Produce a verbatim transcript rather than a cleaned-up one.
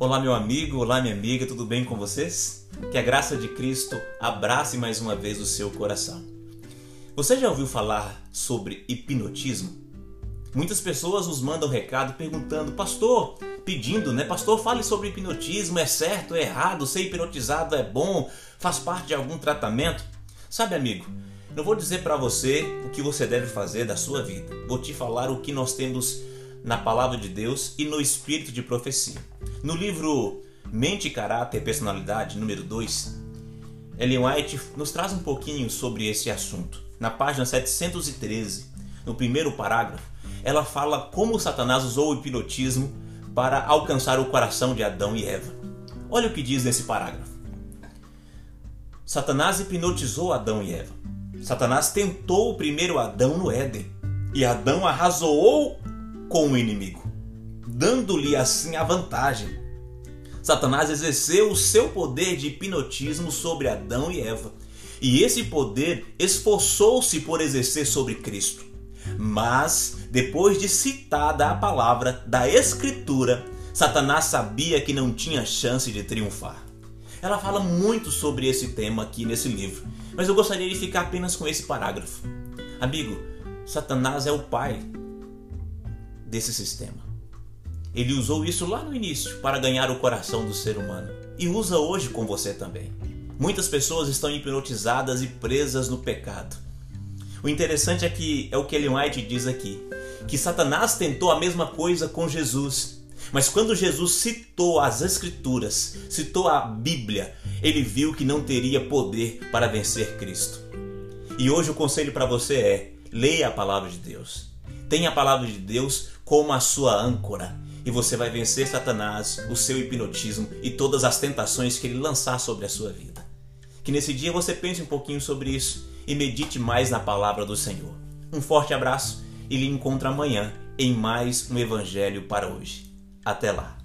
Olá meu amigo, olá minha amiga, tudo bem com vocês? Que a graça de Cristo abrace mais uma vez o seu coração. Você já ouviu falar sobre hipnotismo? Muitas pessoas nos mandam recado perguntando, pastor, pedindo, né? Pastor, fale sobre hipnotismo, é certo, é errado, ser hipnotizado é bom, faz parte de algum tratamento? Sabe, amigo, não vou dizer para você o que você deve fazer da sua vida. Vou te falar o que nós temos na Palavra de Deus e no Espírito de Profecia. No livro Mente, Caráter e Personalidade, número dois, Ellen White nos traz um pouquinho sobre esse assunto. Na página setecentos e treze, no primeiro parágrafo, ela fala como Satanás usou o hipnotismo para alcançar o coração de Adão e Eva. Olha o que diz nesse parágrafo. Satanás hipnotizou Adão e Eva. Satanás tentou o primeiro Adão no Éden, e Adão arrazoou com o inimigo, dando-lhe assim a vantagem. Satanás exerceu o seu poder de hipnotismo sobre Adão e Eva, e esse poder esforçou-se por exercer sobre Cristo. Mas, depois de citada a palavra da Escritura, Satanás sabia que não tinha chance de triunfar. Ela fala muito sobre esse tema aqui nesse livro, mas eu gostaria de ficar apenas com esse parágrafo. Amigo, Satanás é o pai desse sistema. Ele usou isso lá no início para ganhar o coração do ser humano e usa hoje com você também. Muitas pessoas estão hipnotizadas e presas no pecado. O interessante é que é o que Ellen White diz aqui, que Satanás tentou a mesma coisa com Jesus, mas quando Jesus citou as Escrituras, citou a Bíblia, ele viu que não teria poder para vencer Cristo. E hoje o conselho para você é: leia a palavra de Deus. Tenha a palavra de Deus como a sua âncora e você vai vencer Satanás, o seu hipnotismo e todas as tentações que ele lançar sobre a sua vida. Que nesse dia você pense um pouquinho sobre isso e medite mais na palavra do Senhor. Um forte abraço e lhe encontro amanhã em mais um Evangelho para hoje. Até lá!